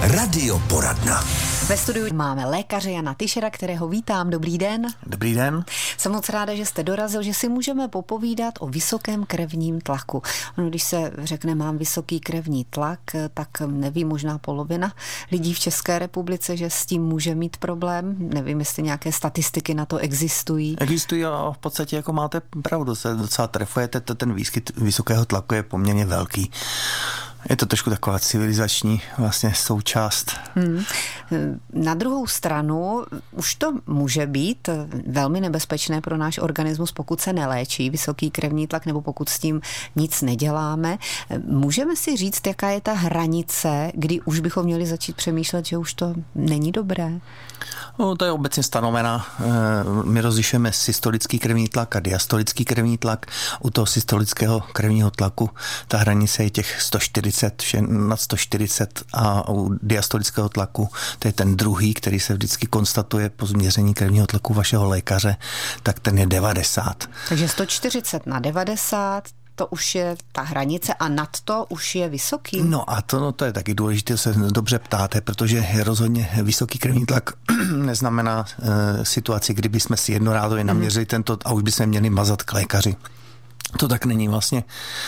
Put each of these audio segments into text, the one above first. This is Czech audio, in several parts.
Radioporadna. Ve studiu máme lékaře Jana Tyšera, kterého vítám. Dobrý den. Dobrý den. Jsem moc ráda, že jste dorazil, že si můžeme popovídat o vysokém krevním tlaku. No, když se řekne, mám vysoký krevní tlak, tak neví možná polovina lidí v České republice, že s tím může mít problém. Nevím, jestli nějaké statistiky na to existují. Existují a v podstatě jako máte pravdu, se docela trefujete, ten výskyt vysokého tlaku je poměrně velký. Je to trošku taková civilizační vlastně součást. Na druhou stranu už to může být velmi nebezpečné pro náš organismus, pokud se neléčí vysoký krevní tlak nebo pokud s tím nic neděláme. Můžeme si říct, jaká je ta hranice, kdy už bychom měli začít přemýšlet, že už to není dobré? No, to je obecně stanovená. My rozlišujeme systolický krevní tlak a diastolický krevní tlak. U toho systolického krevního tlaku ta hranice je těch 140, nad 140 a u diastolického tlaku, to je ten druhý, který se vždycky konstatuje po změření krevního tlaku vašeho lékaře, tak ten je 90. Takže 140 na 90, to už je ta hranice a nad to už je vysoký. No a to je taky důležité, se dobře ptáte, protože rozhodně vysoký krevní tlak neznamená situaci, kdyby jsme si jednorázově naměřili tento a už bychom měli mazat k lékaři. To tak není vlastně.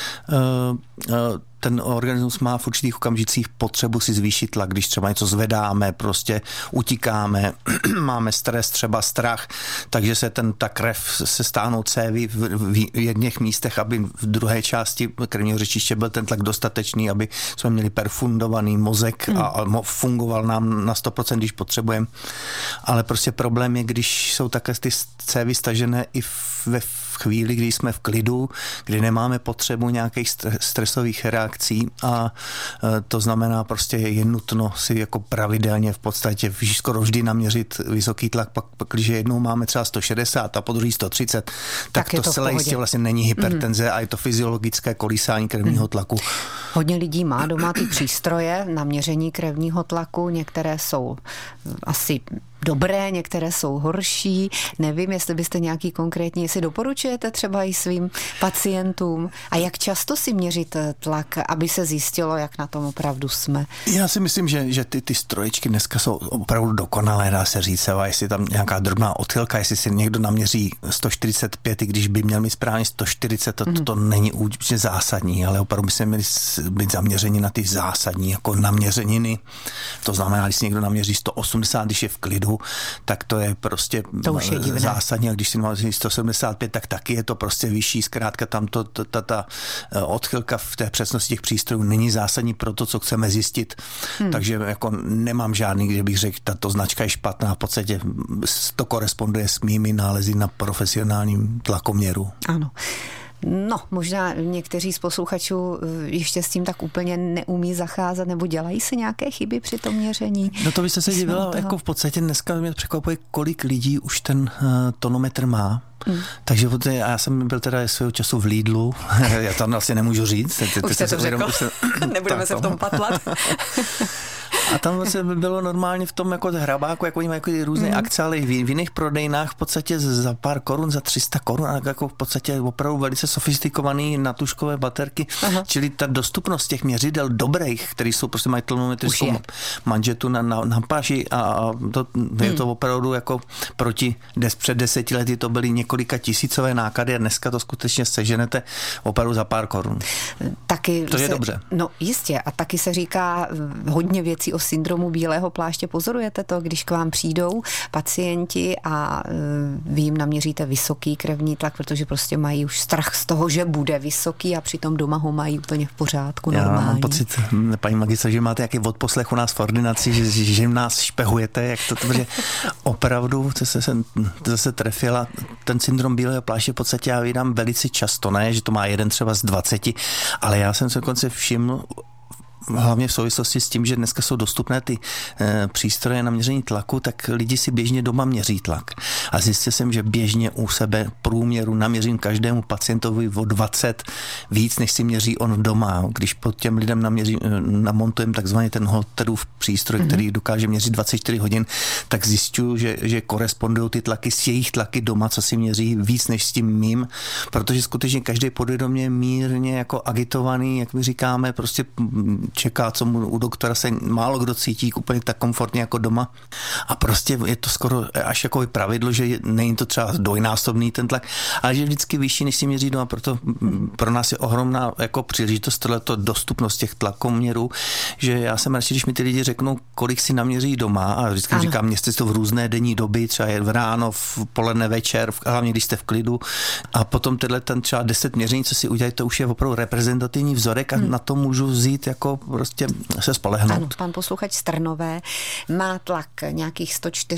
Ten organismus má v určitých okamžicích potřebu si zvýšit tlak, když třeba něco zvedáme, prostě utíkáme, máme stres, třeba strach, takže se ta krev se stáhnou cévy v jedných místech, aby v druhé části krevního řečiště byl ten tlak dostatečný, aby jsme měli perfundovaný mozek a fungoval nám na 100%, když potřebujeme. Ale prostě problém je, když jsou také ty cévy stažené i ve chvíli, kdy jsme v klidu, kdy nemáme potřebu nějakých stresových reakcí a to znamená prostě je nutno si jako pravidelně v podstatě skoro vždy naměřit vysoký tlak, pak když jednou máme třeba 160 a po druhý 130, tak to zcela jistě vlastně není hypertenze a je to fyziologické kolísání krevního tlaku. Hodně lidí má doma ty přístroje na měření krevního tlaku, některé jsou asi dobré, některé jsou horší. Nevím, jestli byste nějaký konkrétní, jestli doporučujete třeba i svým pacientům. A jak často si měřit tlak, aby se zjistilo, jak na tom opravdu jsme? Já si myslím, že ty stroječky dneska jsou opravdu dokonalé, dá se říct. A jestli tam nějaká drobná odchylka, jestli si někdo naměří 145, když by měl mít správně 140, to není úplně zásadní, ale opravdu by se měli být zaměřeni na ty zásadní, jako naměřeniny. To znamená, když si někdo naměří 180, když je v klidu, tak to je prostě zásadní. A když si naměří 175, tak taky je to prostě vyšší. Zkrátka tam ta odchylka v té přesnosti těch přístrojů není zásadní pro to, co chceme zjistit. Takže jako nemám žádný, kde bych řekl, tato značka je špatná. V podstatě to koresponduje s mými nálezy na profesionálním tlakoměru. Ano. No, možná někteří z posluchačů ještě s tím tak úplně neumí zacházet nebo dělají se nějaké chyby při tom měření. No to byste se divila, jako v podstatě dneska mě překvapuje, kolik lidí už ten tonometr má. Takže já jsem byl teda svého času v Lidlu, já tam vlastně nemůžu říct. Už jste to řekl, nebudeme se v tom patlat. A tam vlastně bylo normálně v tom jako hrabáku, jako oni mají jako různé akce, ale v jiných prodejnách v podstatě za pár korun, za 300 korun, jako v podstatě opravdu velice sofistikovaný natuškové baterky, čili ta dostupnost těch měřidel dobrých, který jsou prostě mají telemetrickou manžetu na paži a je to opravdu jako před 10 lety to byly několika tisícové náklady a dneska to skutečně seženete opravdu za pár korun. Taky to je dobře. No jistě a taky se říká hodně věcí o syndromu bílého pláště. Pozorujete to, když k vám přijdou pacienti a vy jim naměříte vysoký krevní tlak, protože prostě mají už strach z toho, že bude vysoký a přitom doma ho mají úplně v pořádku, normálně. Já mám pocit, paní magister, že máte jaký odposlech u nás v ordinaci, že nás špehujete, jak to protože opravdu se trefila ten syndrom bílého pláště v podstatě já vydám velice často, ne, že to má jeden třeba z 20, ale já jsem se dokonce všiml hlavně v souvislosti s tím, že dneska jsou dostupné ty přístroje na měření tlaku, tak lidi si běžně doma měří tlak. A zjistil jsem, že běžně u sebe průměru naměřím každému pacientovi o 20 víc, než si měří on doma. Když pod těm lidem namontujeme takzvaný ten Holterův přístroj, který dokáže měřit 24 hodin, tak zjišťuju, že korespondují ty tlaky s jejich tlaky doma, co si měří víc než s tím mým, protože skutečně každý podvědomě je mírně jako agitovaný, jak my říkáme, prostě čeká, co mu u doktora se málo kdo cítí úplně tak komfortně jako doma. A prostě je to skoro až jako pravidlo, že není to třeba dvojnásobný ten tlak, ale že vždycky vyšší, než si měří doma. Proto pro nás je ohromná jako příležitost tohleto dostupnost těch tlakoměrů, že já jsem radši, když mi ty lidi řeknou, kolik si naměří doma, a vždycky říkám, měřte to v různé denní doby, třeba je v ráno, v poledne, večer, hlavně když jste v klidu, a potom ten třeba 10 měření, co si udělají, to už je opravdu reprezentativní vzorek a na to můžu vzít jako prostě se spolehnout. Ano, pan posluchač z Trnové má tlak nějakých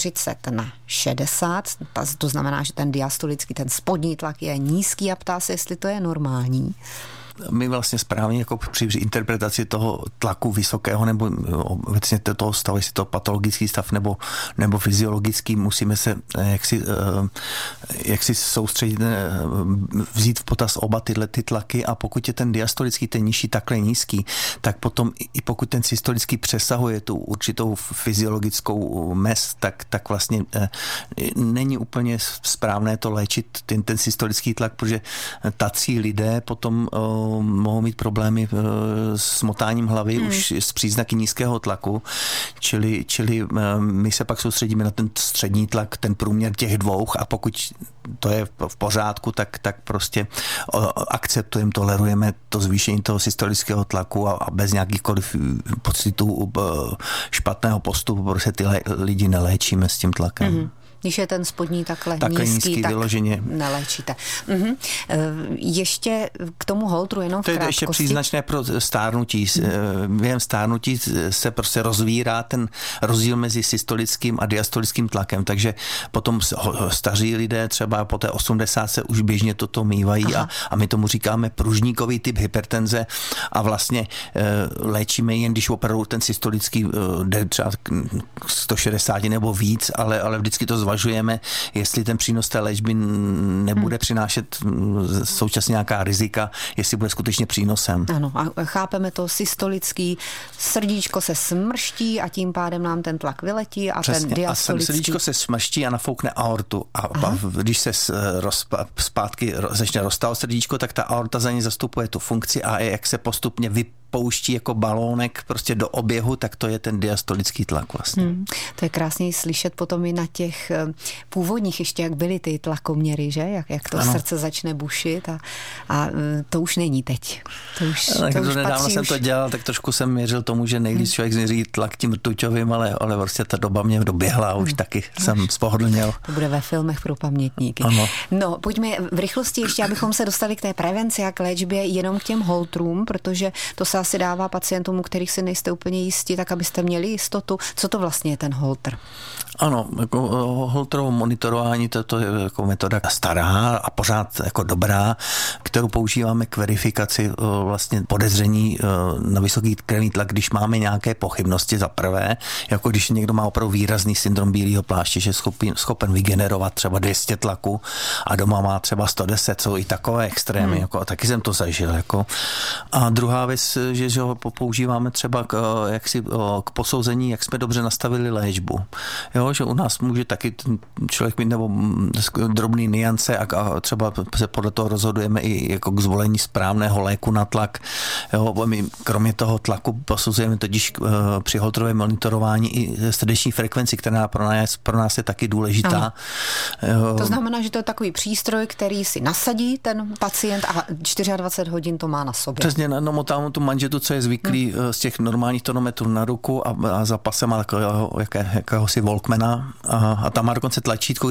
140/60, to znamená, že ten diastolický, ten spodní tlak je nízký a ptá se, jestli to je normální. My vlastně správně jako při interpretaci toho tlaku vysokého nebo obecně toho stavu, jestli to patologický stav nebo fyziologický, musíme se jaksi soustředit, vzít v potaz oba tyhle ty tlaky, a pokud je ten diastolický, ten nižší, takhle nízký, tak potom i pokud ten systolický přesahuje tu určitou fyziologickou mez, tak vlastně není úplně správné to léčit ten systolický tlak, protože tací lidé potom mohou mít problémy s motáním hlavy už s příznaky nízkého tlaku, čili my se pak soustředíme na ten střední tlak, ten průměr těch dvou, a pokud to je v pořádku, tak prostě akceptujeme, tolerujeme to zvýšení toho systolického tlaku a bez nějakýchkoliv pocitů špatného postupu prostě ty lidi neléčíme s tím tlakem. Když je ten spodní takhle nízký tak vyloženě neléčíte. Ještě k tomu holtru jenom v krátkosti. To je ještě příznačné pro stárnutí. Během stárnutí se prostě rozvírá ten rozdíl mezi systolickým a diastolickým tlakem, takže potom staří lidé třeba po té 80 se už běžně toto mívají a my tomu říkáme pružníkový typ hypertenze a vlastně léčíme jen, když opravdu ten systolický jde třeba 160 nebo víc, ale vždycky to zvažujeme, jestli ten přínos té léčby nebude přinášet současně nějaká rizika, jestli bude skutečně přínosem. Ano, a chápeme to, systolický, srdíčko se smrští a tím pádem nám ten tlak vyletí a přesně, ten diastolický... A srdíčko se smrští a nafoukne aortu a když se zpátky začne roztávat srdíčko, tak ta aorta za ně zastupuje tu funkci a jak se postupně pouští jako balónek prostě do oběhu, tak to je ten diastolický tlak vlastně. To je krásně slyšet potom i na těch původních ještě, jak byly ty tlakoměry, že? Jak to srdce začne bušit a to už není teď. To už nedávno jsem to dělal, tak trošku jsem měřil tomu, že nejvíc člověk změří tlak tím rtuťovým, ale prostě ta doba mě doběhla a už taky jsem spohodlněl. To bude ve filmech pro pamětníky. Ano. No, pojďme v rychlosti ještě, abychom se dostali k té prevenci a k léčbě jenom k těm holtrům, protože to se asi dává pacientům, u kterých si nejste úplně jistí, tak abyste měli jistotu. Co to vlastně je ten holter? Ano, jako holterovo monitorování, to je jako metoda stará a pořád jako dobrá, kterou používáme k verifikaci vlastně podezření na vysoký krevní tlak, když máme nějaké pochybnosti za prvé, jako když někdo má opravdu výrazný syndrom bílého pláště, že je schopen vygenerovat třeba 200 tlaku a doma má třeba 110, jsou i takové extrémy, jako, a taky jsem to zažil. Jako. A druhá věc, že ho používáme třeba k posouzení, jak jsme dobře nastavili léčbu. Jo, že u nás může taky člověk mít nebo drobný niance a třeba se podle toho rozhodujeme i jako k zvolení správného léku na tlak. Jo, my kromě toho tlaku posuzujeme totiž při holterovém monitorování i srdeční frekvenci, která pro nás je taky důležitá. To znamená, že to je takový přístroj, který si nasadí ten pacient a 24 hodin to má na sobě. Přesně, namotám tu manžetu, co je zvyklý z těch normálních tonometrů na ruku a za pasem má jakéhosi Walkmana a tam má dokonce tlačítko,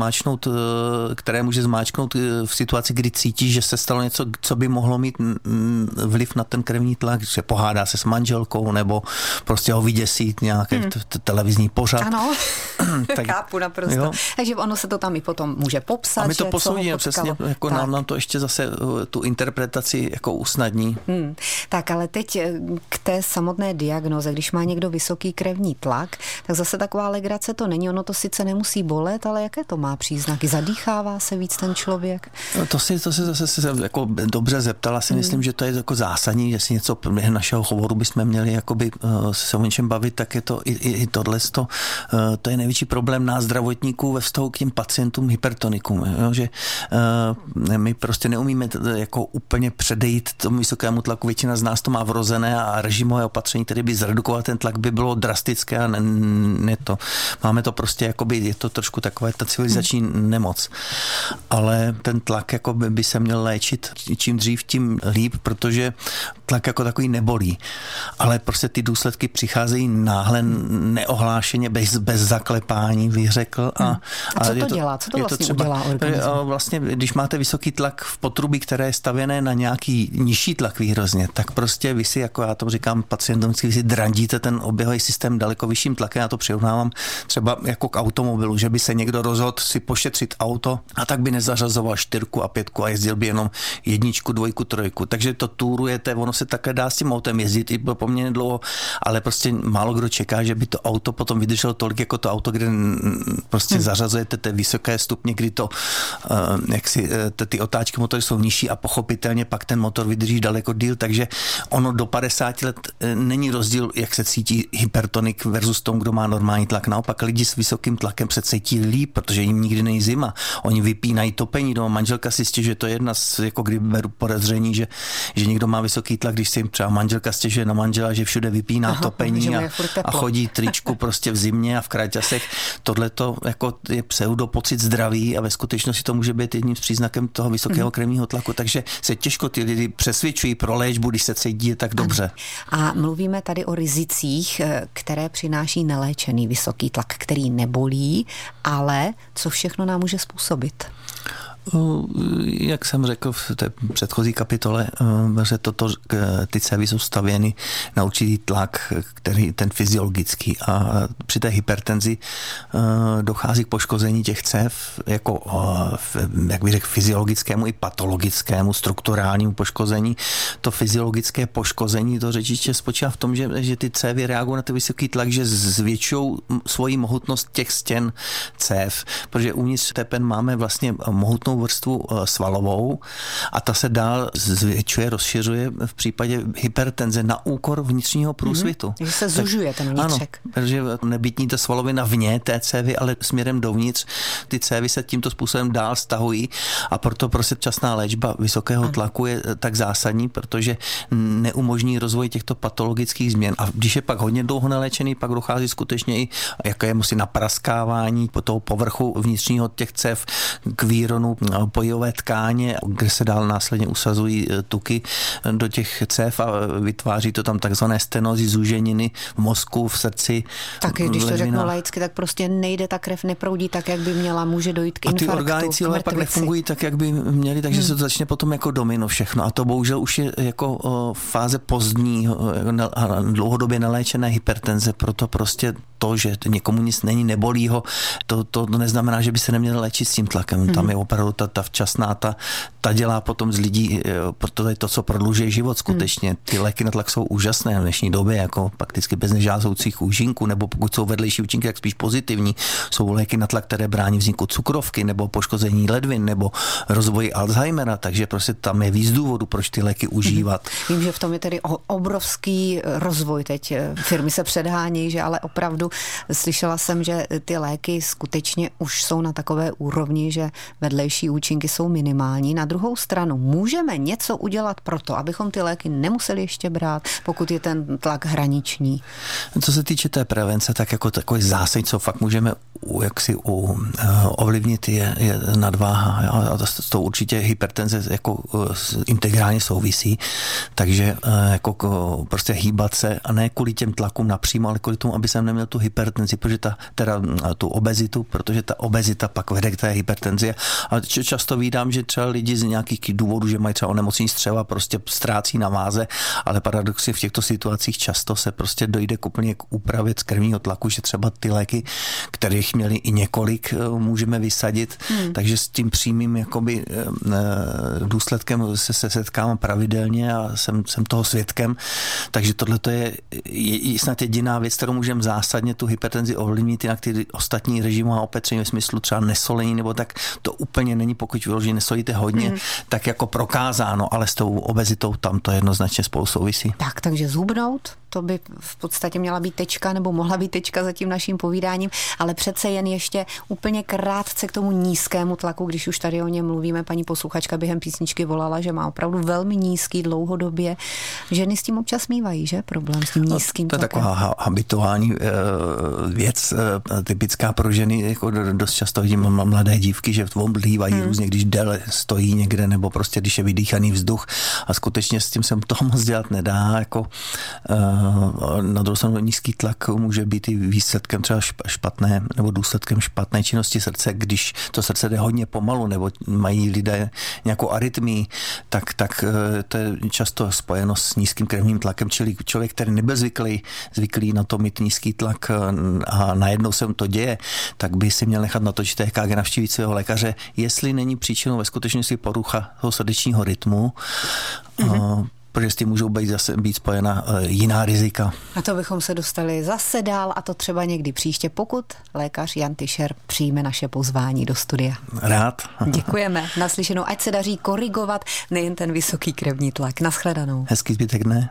které může zmáčknout v situaci, kdy cítí, že se stalo něco, co by mohlo mít vliv na ten krevní tlak, že pohádá se s manželkou nebo prostě ho vyděsí nějaký televizní pořad. Ano, tak, chápu naprosto. Jo. Takže ono se to tam i potom může popsat. A my to posoudíme přesně, jako nám to ještě zase tu interpretaci jako usnadní. Tak ale teď k té samotné diagnoze, když má někdo vysoký krevní tlak, tak zase taková legrace to není. Ono to sice nemusí bolet, ale jaké to má příznaky? Zadýchává se víc ten člověk? To se zase jako dobře zeptala. Si myslím, že to je jako zásadní, jestli něco našeho hovoru bychom měli jakoby se o něčem bavit, tak je to i tohle. To je největší problém nás zdravotníků ve vztahu k těm pacientům hypertonikům. Jo? Že my prostě neumíme jako úplně předejít tomu vysokému tlaku. Většina z nás to má vrozené a režimové opatření, které by zredukoval ten tlak, by bylo drastické a ne to. Máme to prostě, jakoby, je to trošku takové ta civilizační nemoc. Ale ten tlak jako by se měl léčit čím dřív, tím líp, protože tlak jako takový nebolí. Ale prostě ty důsledky přicházejí náhle, neohlášeně, bez zaklepání, bych řekl. A co to dělá? Co to vlastně udělá organismu? Vlastně, když máte vysoký tlak v potrubí, které je stavěné na nějaký nižší tlak výhrozně, tak prostě vy si, jako já to říkám pacientům, vy si drandíte ten oběhový systém daleko vyšším tlakem. Já to přirovnávám třeba jako k automobilu, že by se někdo rozhodl si pošetřit auto a tak by nezařazoval 4 a 5 a jezdil by jenom 1, 2, 3. Takže to turujete, ono se také dá s tím autem jezdit i poměrně dlouho, ale prostě málo kdo čeká, že by to auto potom vydrželo tolik jako to auto, kde prostě zařazujete ty vysoké stupně, kdy to, jak si ty otáčky motory jsou nižší a pochopitelně pak ten motor vydrží daleko díl, takže ono do 50 let není rozdíl, jak se cítí hypertonik versus tom, kdo má normální tlak. Naopak lidi s vysokým tlakem se cítí líp, protože jim nikdy není zima. Oni vypínají topení doma. Manželka si stěžuje, to je jedna z, jako kdyby beru podezření, že někdo má vysoký tlak, když se jim třeba manželka stěžuje na manžela, že všude vypíná topení a chodí tričku prostě v zimě a v kraťasech. Tohle to jako je pseudopocit zdraví a ve skutečnosti to může být jedním z příznakem toho vysokého krevního tlaku, takže se těžko ty lidi přesvědčují pro léčbu, když se cítí tak dobře. A mluvíme tady o rizicích, které přináší neléčený vysoký tlak, který nebolí, ale co všechno nám může způsobit? Jak jsem řekl v té předchozí kapitole, že ty cévy jsou stavěny na určitý tlak, který ten fyziologický, a při té hypertenzi dochází k poškození těch cév jako, jak bych řekl, fyziologickému i patologickému, strukturálnímu poškození. To fyziologické poškození, to řečiště spočívá v tom, že ty cévy reagují na ten vysoký tlak, že zvětšují svoji mohutnost těch stěn cév, protože uvnitř tepen máme vlastně mohutnou vrstvu svalovou a ta se dál zvětšuje, rozšiřuje v případě hypertenze na úkor vnitřního průsvitu. Takže se zužuje ten vnitřek. Ano, protože nebytní ta svalovina vně té cévy, ale směrem dovnitř. Ty cévy se tímto způsobem dál stahují a proto časná léčba vysokého tlaku je tak zásadní, protože neumožní rozvoj těchto patologických změn. A když je pak hodně dlouho neléčený, pak dochází skutečně i jakémusi napraskávání po toho povrchu vnitřního těch cév k výronu pojivové tkáně, kde se dál následně usazují tuky do těch cév a vytváří to tam takzvané stenózy, zúženiny v mozku, v srdci. Taky, když to řeknu laicky, tak prostě nejde, ta krev neproudí tak, jak by měla, může dojít k infarktu. A ty orgány cílové pak nefungují tak, jak by měly, takže se to začne potom jako domino všechno. A to bohužel už je jako fáze pozdní a dlouhodobě neléčené hypertenze, proto prostě to, že někomu nic není, nebolí ho, to neznamená, že by se neměl léčit s tím tlakem. Tam je opravdu ta včasná, ta dělá potom z lidí, protože to, co prodlužuje život skutečně. Ty léky na tlak jsou úžasné v dnešní době, jako prakticky bez nežádoucích účinků, nebo pokud jsou vedlejší účinky, tak spíš pozitivní. Jsou léky na tlak, které brání vzniku cukrovky, nebo poškození ledvin, nebo rozvoji Alzheimera, takže prostě tam je víc důvodů, proč ty léky užívat. Vím, že v tom je tedy obrovský rozvoj teď. Firmy se předhánějí, že ale opravdu slyšela jsem, že ty léky skutečně už jsou na takové úrovni, že vedlejší účinky jsou minimální. Na druhou stranu můžeme něco udělat pro to, abychom ty léky nemuseli ještě brát, pokud je ten tlak hraniční. Co se týče té prevence, tak jako takový zásah, co fakt můžeme ovlivnit, je nadváha. A to určitě hypertenze jako integrálně souvisí. Takže jako prostě hýbat se a ne kvůli těm tlakům napřímo, ale kvůli tomu, aby jsem neměl tu hypertenzi, protože tu obezitu, protože ta obezita pak vede k té hypertenzi. A často vídám, že třeba lidi z nějakých důvodů, že mají třeba onemocnění střeva, prostě ztrácí na váze, ale paradoxně v těchto situacích často se prostě dojde úplně k úpravě krevního tlaku, že třeba ty léky, kterých měli i několik, můžeme vysadit, takže s tím přímým jakoby důsledkem se setkávám pravidelně a jsem toho svědkem, takže tohle je snad jediná věc, kterou můžeme zásadně případně tu hypertenzi ovlivnit jinak ty ostatní režimová opatření v smyslu třeba nesolení nebo tak, to úplně není, pokud vyloženě nesolíte hodně, tak jako prokázáno, ale s tou obezitou tam to jednoznačně spolu souvisí. Takže zhubnout, to by v podstatě měla být tečka, nebo mohla být tečka za tím naším povídáním, ale přece jen ještě úplně krátce k tomu nízkému tlaku, když už tady o něm mluvíme, paní posluchačka během písničky volala, že má opravdu velmi nízký dlouhodobě. Ženy s tím občas mívají, že? Problém s tím nízkým tlakem. To je taková habituální věc, typická pro ženy, jako dost často vidím mladé dívky, že omdlívají různě, když déle stojí někde, nebo prostě když je vydýchaný vzduch a skutečně s tím se toho moc dělat nedá, jako na druhou stranu nízký tlak může být i výsledkem třeba špatné nebo důsledkem špatné činnosti srdce, když to srdce jde hodně pomalu nebo mají lidé nějakou arytmii, tak to je často spojeno s nízkým krevním tlakem, čili člověk, který nebyl zvyklý na to mít nízký tlak a najednou se mu to děje, tak by si měl nechat natočit EKG, navštívit svého lékaře, jestli není příčinou ve skutečnosti porucha toho srdečního rytmu, protože s tím můžou být spojena jiná rizika. A to bychom se dostali zase dál, a to třeba někdy příště, pokud lékař Jan Tyšer přijme naše pozvání do studia. Rád. Děkujeme. Naslyšenou, ať se daří korigovat nejen ten vysoký krevní tlak. Nashledanou. Hezký zbytek dne.